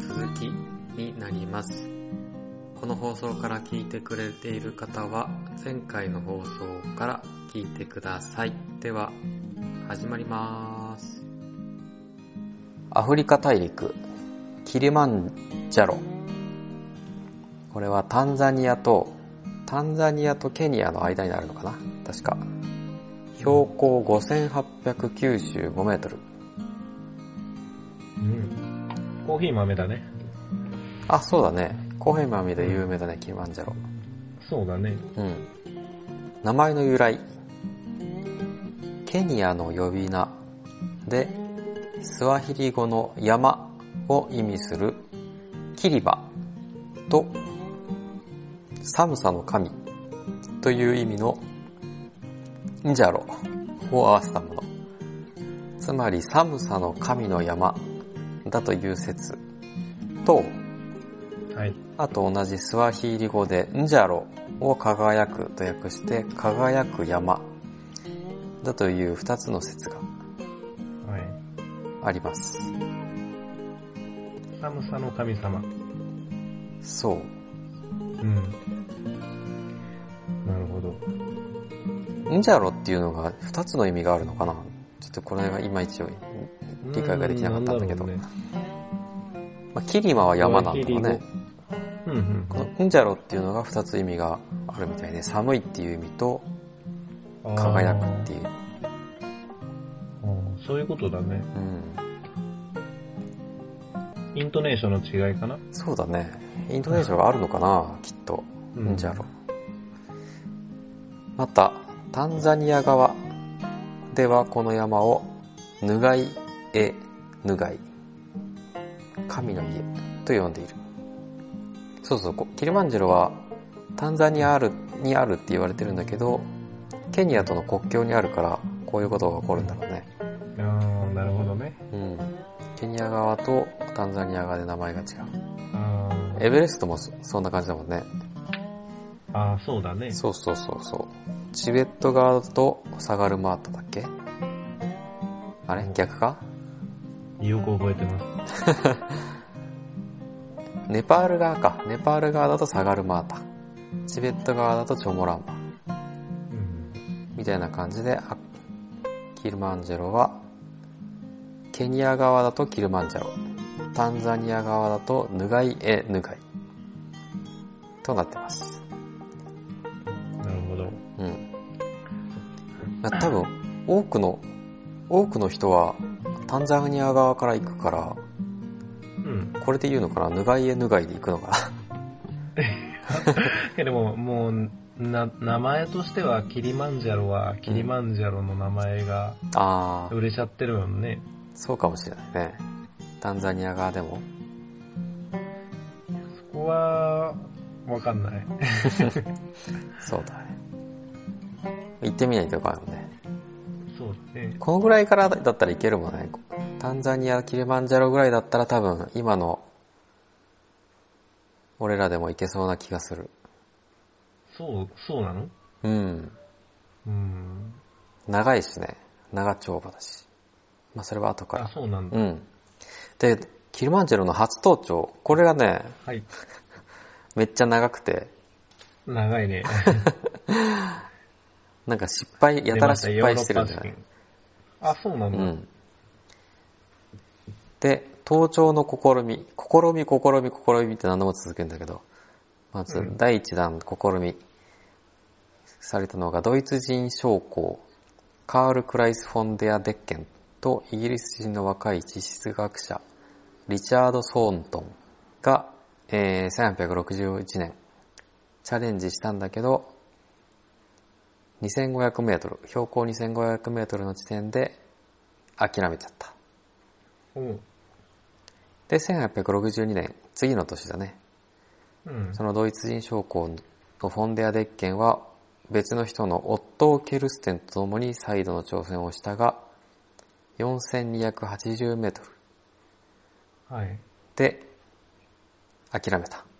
続きになります。この放送から聞いてくれている方は前回の放送から聞いてください。では始まります。アフリカ大陸キリマンジャロ、これはタンザニアとケニアの間になるのかな、確か。標高5895メートル。 コーヒー豆だね。 あ、そうだね。コーヒー豆で有名だね、キリマンジャロ。 そうだね。 名前の由来。ケニアの呼び名で、スワヒリ語の山を意味するキリバと寒さの神という意味のンジャロを合わせたもの。つまり寒さの神の山だという説と、 はい、 あと同じスワヒリ語でンジャロを輝くと訳して輝く山だという2つの説があります。 寒さの神様。 そう。 なるほど。 ンジャロっていうのが2つの意味があるのかな。ちょっとこれがいまいち理解ができなかったんだけど。キリマは山なんだろうね。このンジャロっていうのが2つ意味があるみたいで、寒いっていう意味と輝くっていう。 そういうことだね。イントネーションの違いかな。 そうだね。イントネーションがあるのかな、きっと。ンジャロ。また、タンザニア側ではこの山をヌガイエヌガイ、神の家と呼んでいる。そうそう、キリマンジャロはタンザニアにあるって言われてるんだけど、ケニアとの国境にあるからこういうことが起こるんだろうね。 なるほどね。 ケニア側とタンザニア側で名前が違う。エベレストもそんな感じだもんね。 そうだね。 そう。チベット側だとサガルマートだっけ？あれ？逆か？ よく覚えてます。 ネパール側か。ネパール側だとサガルマータ。チベット側だとチョモランマ。みたいな感じで、キルマンジャロは、ケニア側だとキルマンジャロ。タンザニア側だとヌガイエヌガイ。となってます。 なるほど。 多分、多くの人は、タンザニア側から行くから、これで言うのかな、ヌガイエヌガイで行くのかな。 でも、もう、名前としては、キリマンジャロは、キリマンジャロの名前が、売れちゃってるもんね。 そうかもしれないね。タンザニア側でも。 そこは、わかんない。 そうだね。行ってみないとわかんないね。 そうね。 このぐらいからだったらいけるもんね。タンザニア、キリマンジャロぐらいだったら多分今の俺らでもいけそうな気がする。 そうなの？ 長いしね。長丁場だし。それは後から。 そうなんだ。 で、キリマンジャロの初登頂、これがね、めっちゃ長くて。 長いね。 なんかやたら失敗してるんじゃない？ そうなんだ。 で、登頂の試みって何度も続けるんだけど、まず第一弾試みされたのがドイツ人将校カール・クライス・フォンデア・デッケンとイギリス人の若い地質学者リチャード・ソーントンが、1861年チャレンジしたんだけど、2500メートル、標高2500メートルの地点で諦めちゃった。で、1862年、次の年だね。そのドイツ人将校のフォンデア・デッケンは別の人のオットー・ケルステンと共に再度の挑戦をしたが、4280メートル。で、諦めた。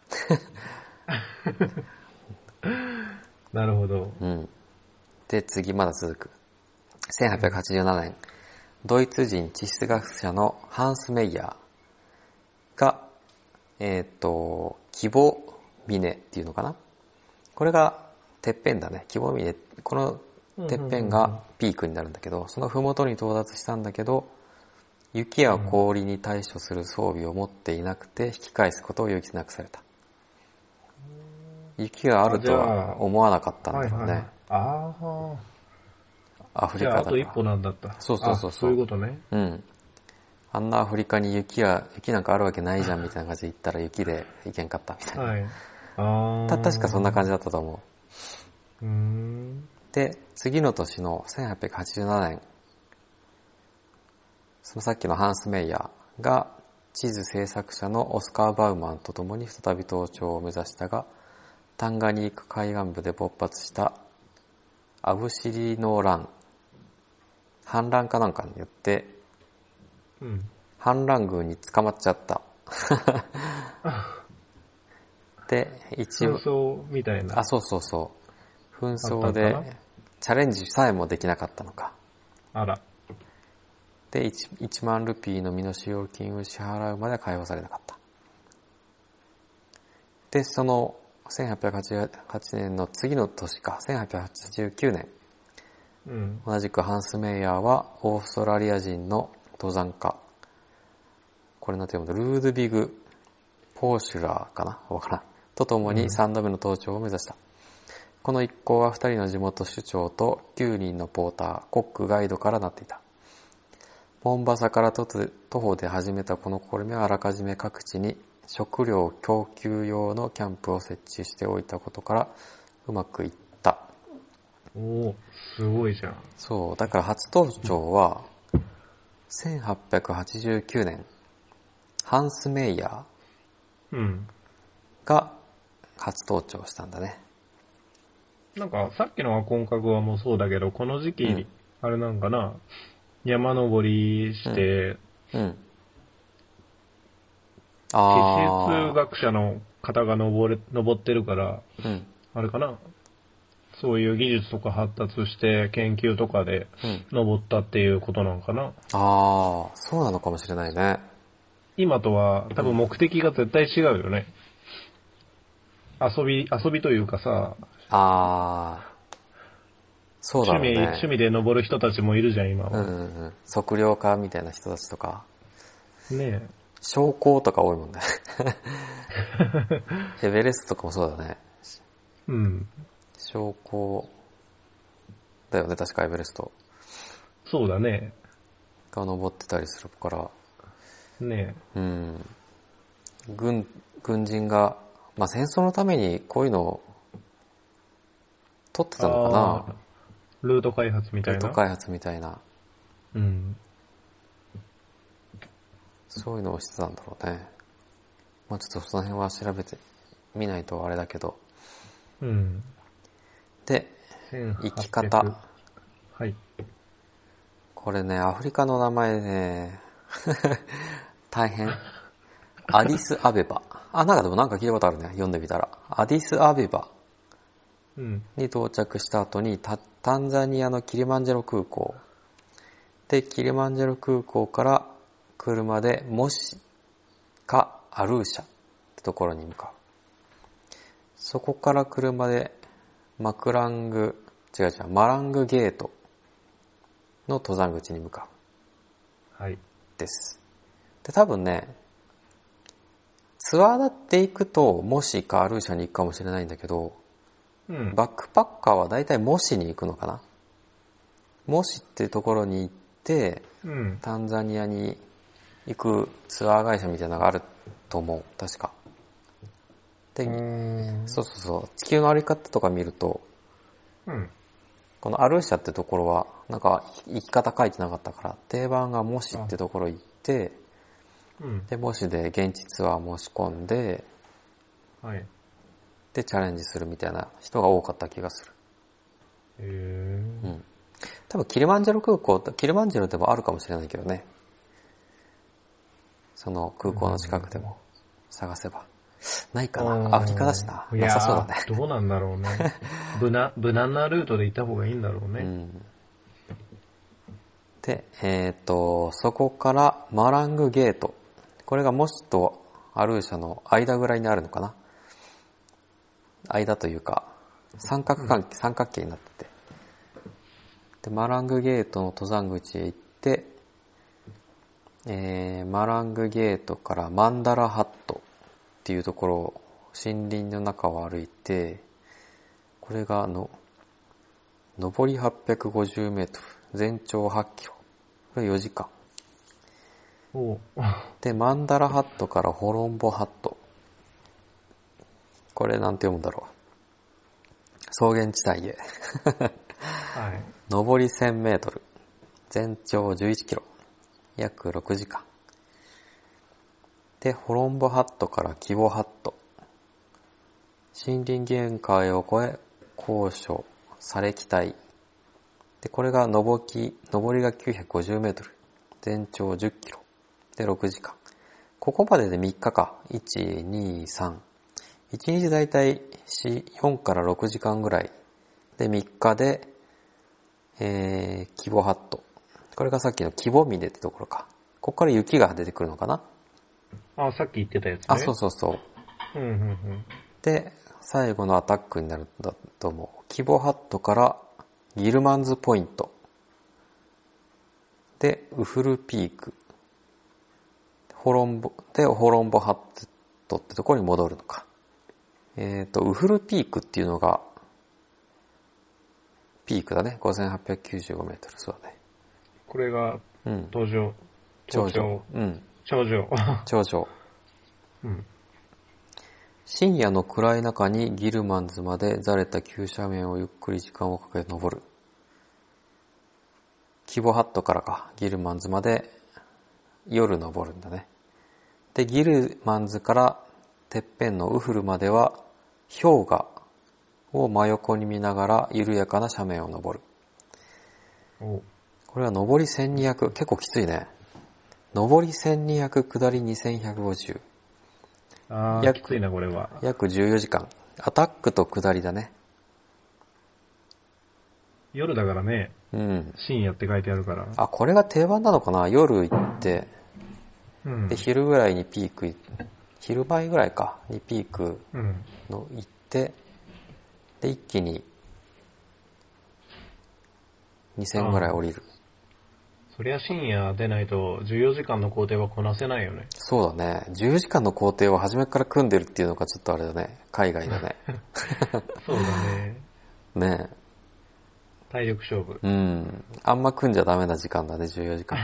なるほど。 で、次まだ続く。1887年、ドイツ人地質学者のハンス・メイヤーが、 キボ峰っていうのかな。これがてっぺんだね。キボ峰、このてっぺんがピークになるんだけど、その麓に到達したんだけど、雪や氷に対処する装備を持っていなくて引き返すことを余儀なくされた。雪があるとは思わなかったんだろうね。アフリカだから。 じゃああと一歩なんだった。 そう。 そういうことね。 うん。あんなアフリカに雪なんかあるわけないじゃんみたいな感じで行ったら雪で行けんかったみたいな。 はい。 確かそんな感じだったと思う。 で、次の年の1887年、そのさっきのハンス・メイヤーが地図制作者のオスカー・バウマンと共に再び登頂を目指したが、タンガニーク海岸部で勃発したアブシリノーラン、反乱かなんかによって、反乱軍に捕まっちゃった。で、 紛争みたいな。 そう。紛争でチャレンジさえもできなかったのか。 あら。 で、1万ルピーの身の使用金を支払うまでは解放されなかった。で、その1888年の次の年か、1889年、同じくハンス・メイヤーはオーストラリア人の登山家、これなんて読むの、ルードビグ・ポーシュラーかなわからん。と共に3度目の登頂を目指した。この一行は2人の地元首長と9人のポーター、コック、ガイドからなっていた。モンバサから徒歩で始めたこの試みはあらかじめ各地に食料供給用のキャンプを設置しておいたことからうまくいった。 すごいじゃん。 そう、だから初登頂は1889年、ハンス・メイヤーが初登頂したんだね。 なんかさっきのアコンカグアもそうだけど、この時期、あれなんかな、山登りして、地質学者の方が登ってるから、あれかな、そういう技術とか発達して研究とかで登ったっていうことなのかな。 そうなのかもしれないね。 今とは多分目的が絶対違うよね。遊びというかさ、 そうだろうね。 趣味で登る人たちもいるじゃん、今は。 測量家みたいな人たちとか。 ねえ。 商工とか多いもんね。エベレストとかもそうだね。商工だよね、確かエベレスト。 そうだね。 が登ってたりするから。 ねえ。軍人が、戦争のためにこういうのを取ってたのかな。 ルート開発みたいな。 そういうのをしてたんだろうね。ちょっとその辺は調べてみないとあれだけど。で、生き方。 はい。 これね、アフリカの名前ね、大変。アディスアベバ。なんか聞いたことあるね。読んでみたら。アディスアベバに到着した後にタンザニアのキリマンジャロ空港。で、キリマンジャロ空港から車でモシかアルーシャってところに向かう。そこから車でマラングゲートの登山口に向かう。 はい。 です。で、多分ね、ツアーだって行くとモシかアルーシャに行くかもしれないんだけど、バックパッカーは大体モシに行くのかな。モシっていうところに行って、タンザニアに行くツアー会社みたいなのがあると思う。確か。で、そう。地球の歩き方とか見ると、このアルーシャってところは、なんか行き方書いてなかったから、定番がモシってところ行って、で、モシで現地ツアー申し込んで、で、チャレンジするみたいな人が多かった気がする。多分キリマンジャロ空港、キリマンジャロでもあるかもしれないけどね。その空港の近くでも探せば。ないかな。アフリカだしな。なさそうだね。 どうなんだろうね。無難なルートで行った方がいいんだろうね。 で、そこからマラングゲート。これがモシとアルーシャの間ぐらいにあるのかな。間というか、三角形になってて。で、マラングゲートの登山口へ行って、マラングゲートからマンダラハットっていうところを森林の中を歩いて、これが上り850メートル、全長8キロ。これ4時間。で、マンダラハットからホロンボハット。これなんて読むんだろう。草原地帯へ。 はい。 上り1000メートル、全長11キロ、約6時間。で、ホロンボハットからキボハット。森林限界を越え、高所、サレキ帯。で、これが上りが950メートル、全長10キロ。で、6時間。ここまでで3日か。1、2、3。1日だいたい4から6時間ぐらい。で、3日で、キボハット。これがさっきのキボミネってところか。ここから雪が出てくるのかな。 あ、さっき言ってたやつね。 あ、そうそうそう。で、最後のアタックになるんだと思う。キボハットからギルマンズポイント。で、ウフルピーク。ホロンボハットってところに戻るのか。ウフルピークっていうのが、ピークだね。5895メートル。そうだね。 これが、頂上。 頂上。 頂上。 頂上。深夜の暗い中にギルマンズまでざれた急斜面をゆっくり時間をかけ登る。キボハットからか、ギルマンズまで夜登るんだね。で、ギルマンズからてっぺんのウフルまでは氷河を真横に見ながら緩やかな斜面を登る。これは上り1200、結構きついね。上り1200、下り2150。 きついな、これは。 約14時間。アタックと下りだね。 夜だからね。深夜って書いてあるから。 あ、これが定番なのかな。夜行って、で、昼ぐらいにピーク、昼前ぐらいか、にピークの行って、で、一気に2000ぐらい降りる。 そりゃ深夜出ないと14時間の工程はこなせないよね。 そうだね。14時間の工程を初めから組んでるっていうのがちょっとあれだね。海外だね。 そうだね。 ねえ。 体力勝負。 あんま組んじゃダメな時間だね、14時間。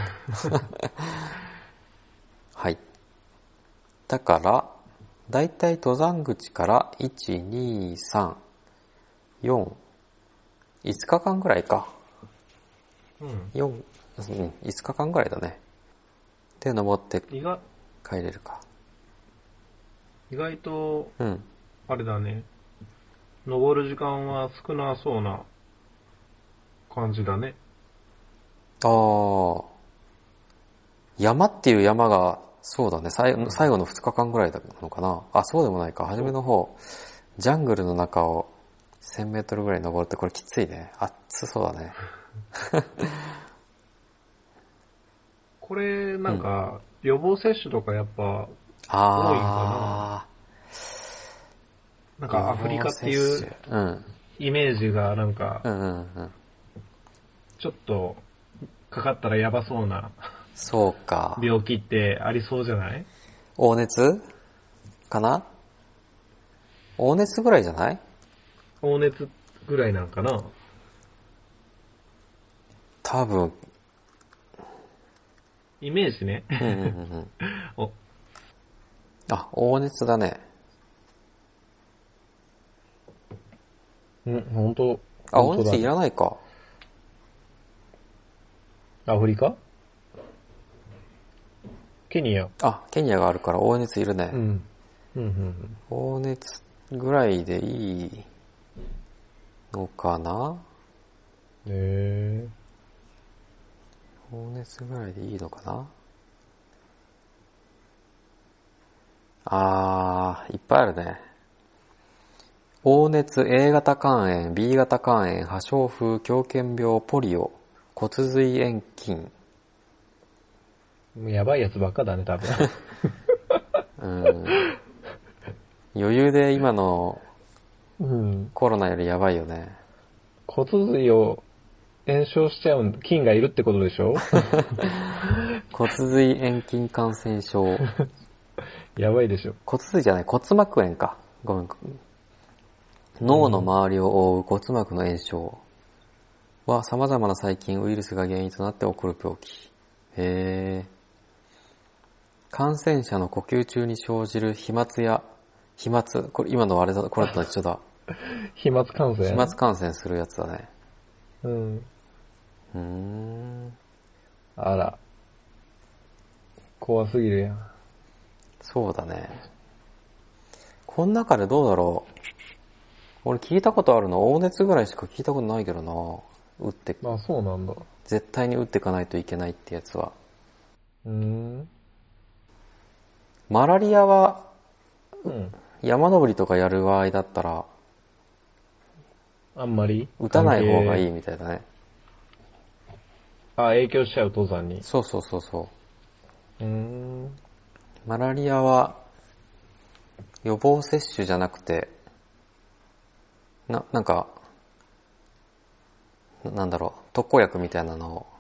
はい。だから、だいたい登山口から1、2、3、4、5日間ぐらいか。5日間ぐらいだね。で、登って帰れるか。 意外と、あれだね。登る時間は少なそうな感じだね。 山っていう山が、そうだね、最後の2日間ぐらいだのかな。あ、そうでもないか。初めの方、ジャングルの中を1000メートルぐらい登るってこれきついね。暑そうだね。 これ、なんか、予防接種とかやっぱ、多いんかな。なんかアフリカっていうイメージがなんか、ちょっとかかったらやばそうなそうか病気ってありそうじゃない？ 黄熱かな？黄熱ぐらいじゃない？ 黄熱ぐらいなんかな？ 多分。 イメージね。 あ、黄熱だね。 本当。 あ、黄熱いらないか。 アフリカ？ケニア。 あ、ケニアがあるから黄熱いるね。黄熱ぐらいでいいのかな？黄熱ぐらいでいいのかな？いっぱいあるね。黄熱、A 型肝炎、B 型肝炎、破傷風、狂犬病、ポリオ、骨髄炎菌。 やばいやつばっかだね、多分。 余裕で今のコロナよりやばいよね。 骨髄を炎症しちゃう菌がいるってことでしょ骨髄遠筋感染症。 やばいでしょ。 骨髄じゃない、骨膜炎か。ごめん。脳の周りを覆う骨膜の炎症は様々な細菌、ウイルスが原因となって起こる病気。感染者の呼吸中に生じる飛沫、これ今のあれだ、これと一緒だ。 飛沫感染？ 飛沫感染するやつだね。 あら。怖すぎるやん。 そうだね。この中でどうだろう。俺聞いたことあるの、黄熱ぐらいしか聞いたことないけどな。打って。 あ、そうなんだ。 絶対に打っていかないといけないってやつは。マラリアは、山登りとかやる場合だったら、 あんまり打たない方がいいみたいだね。 あ、影響しちゃう登山に。 そうそうそうそう。マラリアは、予防接種じゃなくて、なんか、なんだろう、特効薬みたいなのを。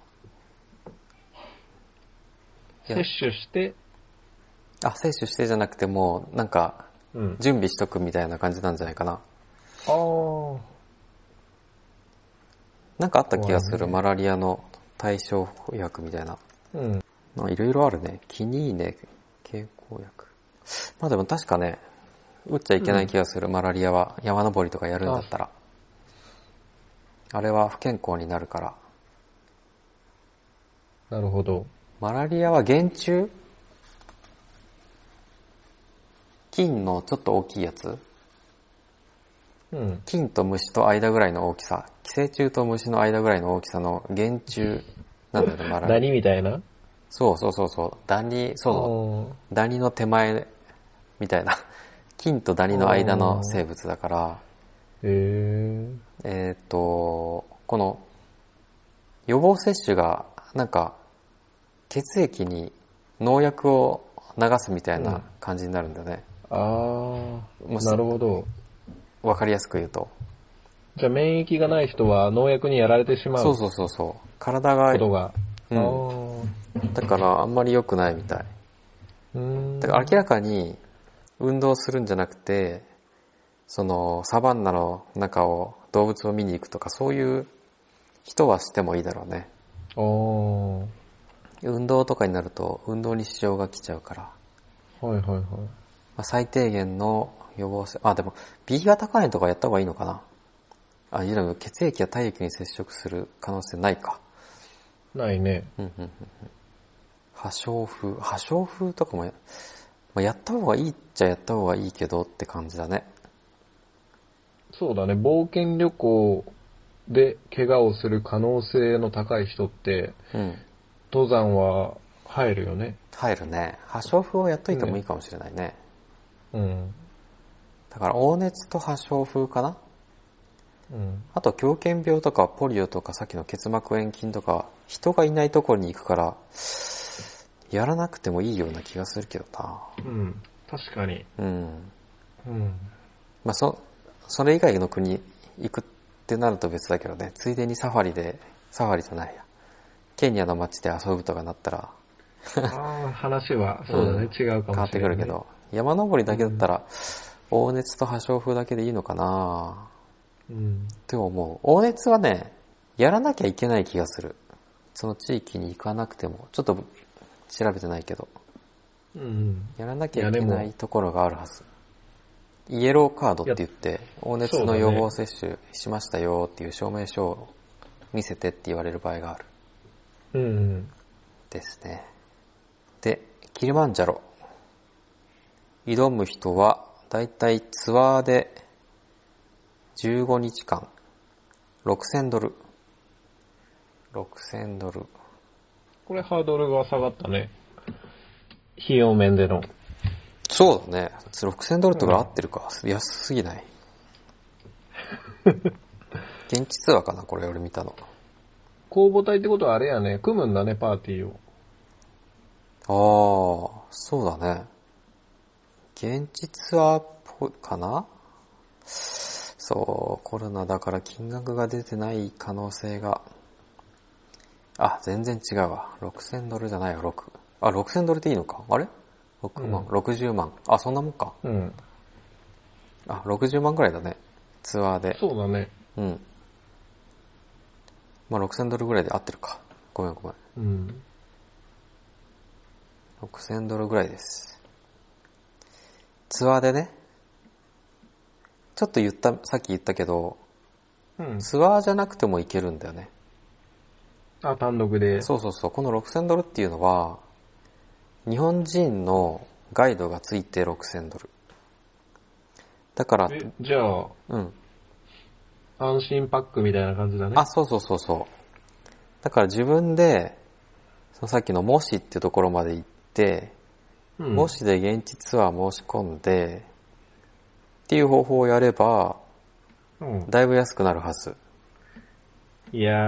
接種して接種してじゃなくてもう、なんか、準備しとくみたいな感じなんじゃないかな。なんかあった気がする、マラリアの対症薬みたいな。いろいろあるね。キニーネ、経口薬。まあでも確かね、打っちゃいけない気がする、マラリアは。山登りとかやるんだったら。あれは不健康になるから。 なるほど。 マラリアは原虫？菌のちょっと大きいやつ？菌と虫と間ぐらいの大きさ。寄生虫と虫の間ぐらいの大きさの原虫なんだよね、マラリア。 ダニみたいな？ そうそうそうそう。ダニの手前みたいな。菌とダニの間の生物だから。この予防接種がなんか血液に農薬を流すみたいな感じになるんだよね。 なるほど。 わかりやすく言うと。 じゃあ免疫がない人は農薬にやられてしまう。 そうそうそう。体が。だからあんまり良くないみたい。だから明らかに運動するんじゃなくて、そのサバンナの中を動物を見に行くとかそういう人はしてもいいだろうね。運動とかになると運動に支障が来ちゃうから。最低限の予防性。でも B 型肝炎とかやった方がいいのかな。いやでも血液や体液に接触する可能性ないか。 ないね。 破傷風とかもやった方がいいっちゃやった方がいいけどって感じだね。 そうだね。冒険旅行で怪我をする可能性の高い人って、登山は入るよね。 入るね。破傷風をやっといてもいいかもしれないね。だから黄熱と破傷風かな。あと狂犬病とかポリオとかさっきの結膜炎菌とか人がいないところに行くからやらなくてもいいような気がするけどな。 確かに。 それ以外の国行くってなると別だけどね。ついでにサファリじゃないや。ケニアの街で遊ぶとかなったら話はそうだね、違うかもしれない。 変わってくるけど、山登りだけだったら黄熱と破傷風だけでいいのかな。って思う。黄熱はね、やらなきゃいけない気がする。その地域に行かなくても、ちょっと調べてないけど、やらなきゃいけないところがあるはず。イエローカードって言って、黄熱の予防接種しましたよっていう証明書を見せてって言われる場合がある。ですね。で、キリマンジャロ。挑む人は、だいたいツアーで15日間、$6000。$6000。 これハードルが下がったね。費用面での。 そうだね。$6000とか合ってるか。安すぎない。現地ツアーかな、これ俺見たの。 公募隊ってことはあれやね、組むんだね、パーティーを。 そうだね。現地ツアーっかな？そう、コロナだから金額が出てない可能性が、全然違うわ。6000ドルじゃないわ、6000ドルでいいのか？あれ ?6 万、60万。そんなもんか。60万くらいだね。ツアーで。 そうだね。 6000ドルぐらいで合ってるか。ごめん。6000ドルぐらいです。ツアーでね、ちょっとさっき言ったけど、ツアーじゃなくても行けるんだよね。 単独で。 そう。この6000ドルっていうのは、日本人のガイドがついて6000ドル。だから、 じゃあ、安心パックみたいな感じだね。 そう。だから自分で、そのさっきの模試っていうところまで行って、模試で現地ツアー申し込んで、っていう方法をやれば、だいぶ安くなるはず。 いや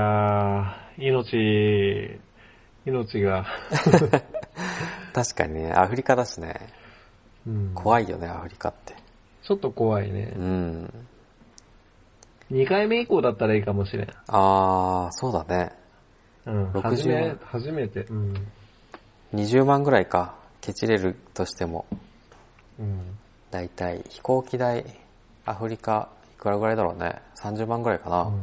ー、命が。 確かにね、アフリカだしね。怖いよね、アフリカって。 ちょっと怖いね。2回目以降だったらいいかもしれん。 そうだね。 初めて。 20万ぐらいか。ケチれるとしても。だいたい飛行機代、アフリカ、いくらぐらいだろうね。30万ぐらいかな。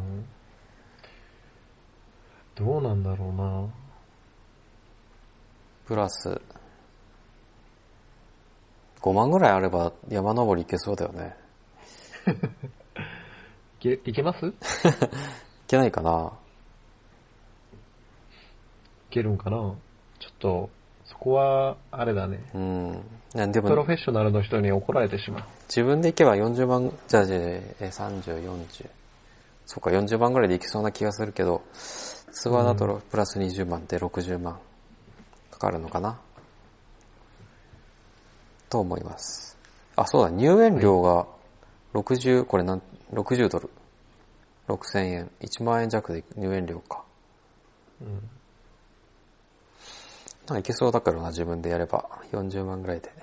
どうなんだろうな。 プラス、5万ぐらいあれば山登り行けそうだよね。 いけます？ いけないかな。 いけるんかな。ちょっと、そこは、あれだね。 でもプロフェッショナルの人に怒られてしまう。 自分で行けば40万、30、40。そうか、40万ぐらいで行きそうな気がするけど、ツアーだとプラス20万で60万かかるのかな。と思います。そうだ、入園料が60、これ60ドル。6000円。1万円弱で入園料か。いけそうだからな、自分でやれば。40万ぐらいで。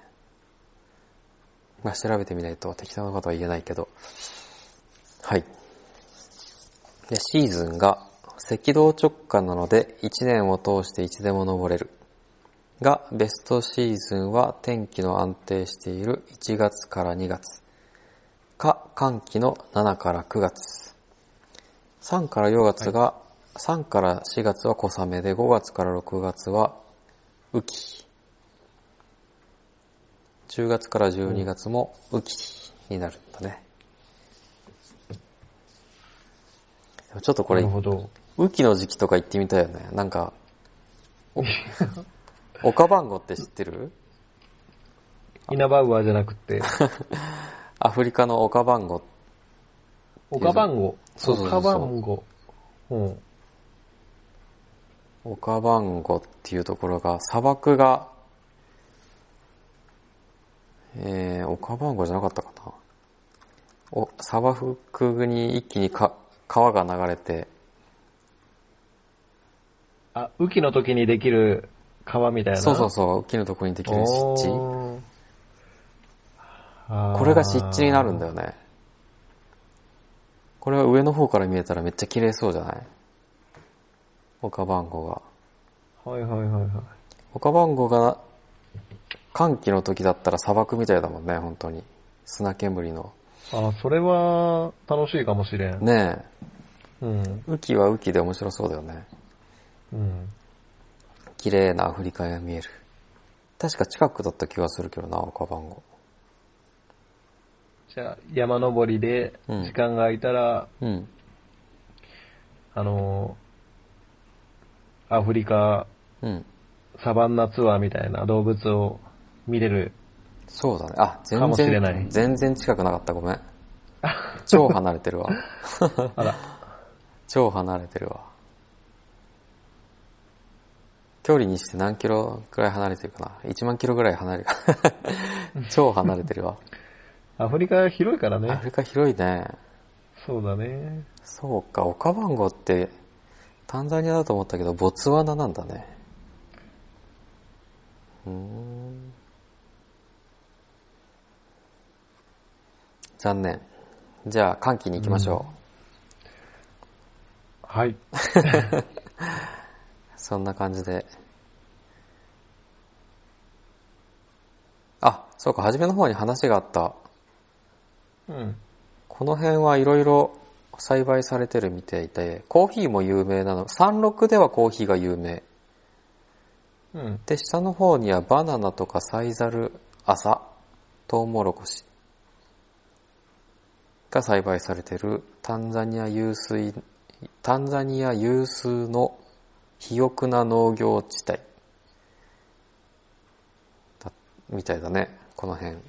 調べてみないと適当なことは言えないけど。はい。で、シーズンが赤道直下なので1年を通していつでも登れる。が、ベストシーズンは天気の安定している1月から2月。寒気の7から9月。3から4月が、3から4月は小雨で、5月から6月は雨季。10月から12月も雨季になるんだね。ちょっとこれ、雨季の時期とか行ってみたいよね。なんか、オカバンゴって知ってる？ イナバウアーじゃなくて。 アフリカのオカバンゴ。 オカバンゴ。 そう。 オカバンゴ。 オカバンゴっていうところが、砂漠が、オカバンゴじゃなかったかな。砂漠に一気に川が流れて。 雨季の時にできる川みたいな。 そう。雨季のところにできる湿地。これが湿地になるんだよね。これは上の方から見えたらめっちゃ綺麗そうじゃない？オカバンゴが。オカバンゴが寒気の時だったら砂漠みたいだもんね、本当に。砂煙の。 それは楽しいかもしれん。 ねえ。雨季は雨季で面白そうだよね。綺麗なアフリカが見える。確か近くだった気がするけどな、オカバンゴ。 じゃあ、山登りで時間が空いたら、アフリカ、サバンナツアーみたいな動物を見れる。 そうだね。全然近くなかった、ごめん。超離れてるわ。超離れてるわ。距離にして何キロくらい離れてるかな。1万キロぐらい離れる。超離れてるわ。 アフリカ広いからね。 アフリカ広いね。 そうだね。 そうか、オカバンゴってタンザニアだと思ったけど、ボツワナなんだね。 残念。じゃあ、歓喜に行きましょう。はい。 そんな感じで。あ、そうか、初めの方に話があった。 うん。 この辺はいろいろ栽培されてるみたいで、コーヒーも有名なの。山麓ではコーヒーが有名。 うん。 で、下の方にはバナナとかサイザル、麻、トウモロコシが栽培されてるタンザニア有数の肥沃な農業地帯だみたいだね、この辺。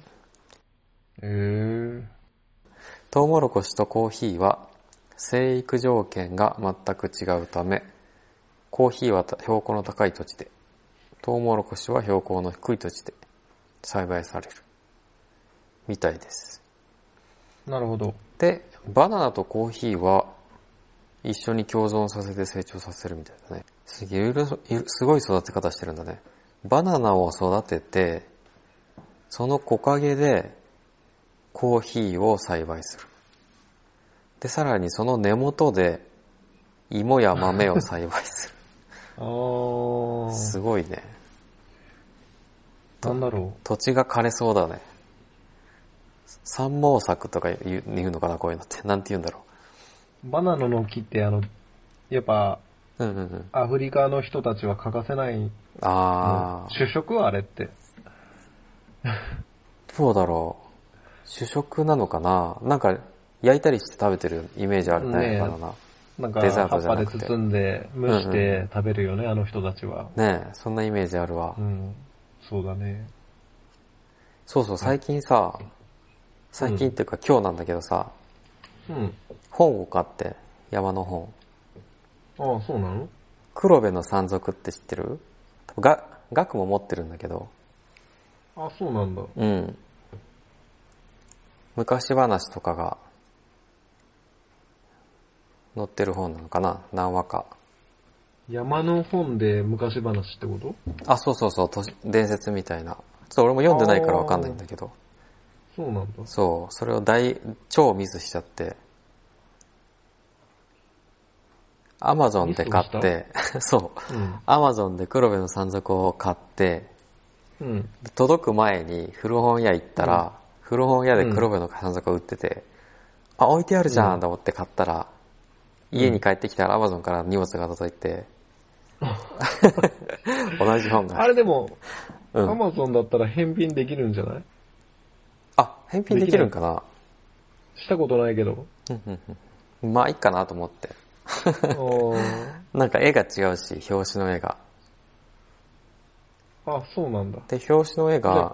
トウモロコシとコーヒーは生育条件が全く違うため、コーヒーは標高の高い土地で、トウモロコシは標高の低い土地で栽培されるみたいです。 なるほど。 で、バナナとコーヒーは一緒に共存させて成長させるみたいだね。すごい育て方してるんだね。バナナを育てて、その木陰でコーヒーを栽培する。で、さらにその根元で芋や豆を栽培する。すごいね。 なんだろう。 土地が枯れそうだね。三毛作とか言うのかな、こういうのって。なんて言うんだろう。バナナの木ってやっぱ、アフリカの人たちは欠かせない。主食はあれって。 どうだろう。主食なのかな。なんか、焼いたりして食べてるイメージあるね、バナナ。 なんか、葉っぱで包んで、蒸して食べるよね、あの人たちは。 ねえ、そんなイメージあるわ。 そうだね。 そうそう、最近っていうか今日なんだけどさ、本を買って、山の本。 ああ、そうなの？ 黒部の山賊って知ってる？学も持ってるんだけど。 あ、そうなんだ。 うん。昔話とかが載ってる本なのかな？何話か。 山の本で昔話ってこと？ あ、そうそうそう、伝説みたいな。ちょっと俺も読んでないからわかんないんだけど。 そうなんだ。 そう、それを超ミスしちゃって。アマゾンで買って、そう、アマゾンで黒部の山賊を買って、届く前に古本屋行ったら、古本屋で黒部の山賊を売ってて、あ、置いてあるじゃんと思って買ったら、家に帰ってきたらアマゾンから荷物が届いて、同じ本が。 あれでも、アマゾンだったら返品できるんじゃない？ あ、返品できるんかな？ したことないけど。 まあいいかなと思って。なんか絵が違うし、表紙の絵が。 あ、そうなんだ。 で、表紙の絵が、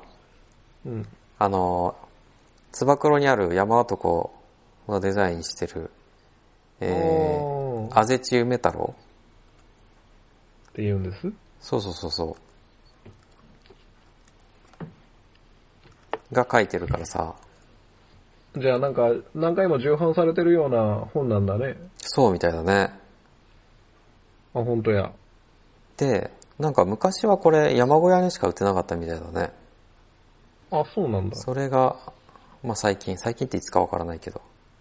つば九郎にある山男のデザインしてる、あぜち梅太郎って言うんです？ そう。が書いてるからさ。 じゃあなんか何回も重版されてるような本なんだね。 そうみたいだね。 あ、本当や。 で、なんか昔はこれ山小屋にしか売ってなかったみたいだね。 あ、そうなんだ。 それが、まあ最近っていつかわからないけど。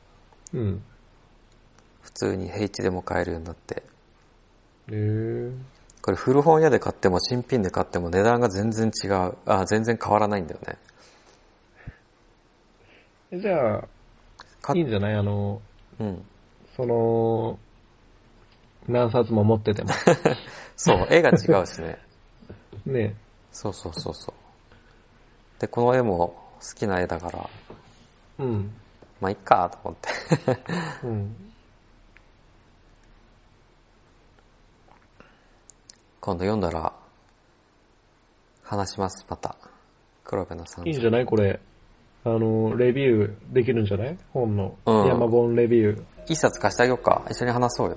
普通に平地でも買えるようになって。これ古本屋で買っても新品で買っても値段が全然違う。全然変わらないんだよね。 じゃあ、いいんじゃない？何冊も持ってても。 そう、絵が違うしね。 ね。 そう。で、この絵も好きな絵だから、まあいっかと思って。今度読んだら話します、また。黒部の山賊。 いいんじゃないこれ。レビューできるんじゃない？本の。山本レビュー。 一冊貸してあげようか。一緒に話そうよ。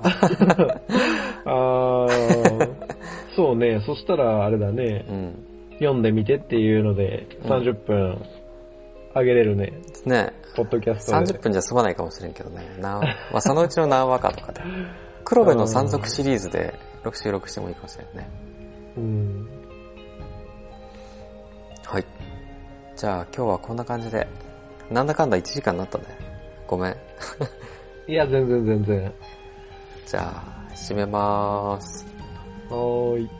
そうね。そしたらあれだね。読んでみてっていうので30分あげれるね。 ね。 ポッドキャストで。 30分じゃ済まないかもしれんけどね。まあそのうちの何話かとかで。黒部の山賊シリーズで収録してもいいかもしれんね。はい。じゃあ今日はこんな感じでなんだかんだ1時間になったね。ごめん。 いや、全然。 じゃあ、締めまーす。 はーい。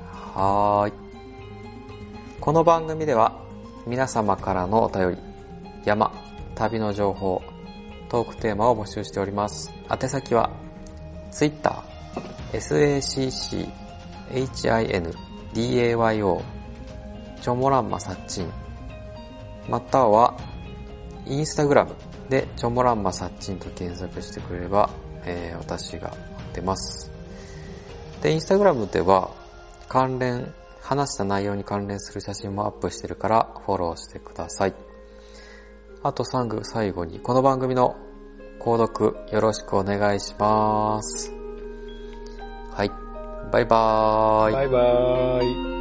この番組では皆様からのお便り、山、旅の情報、トークテーマを募集しております。宛先は Twitter、SACCHINDAYO、チョモランマサッチン、またはインスタグラムでチョモランマサッチンと検索してくれれば、私が出ます。で、インスタグラムでは話した内容に関連する写真もアップしてるからフォローしてください。あと最後にこの番組の購読よろしくお願いします。はい。バイバーイ。 バイバーイ。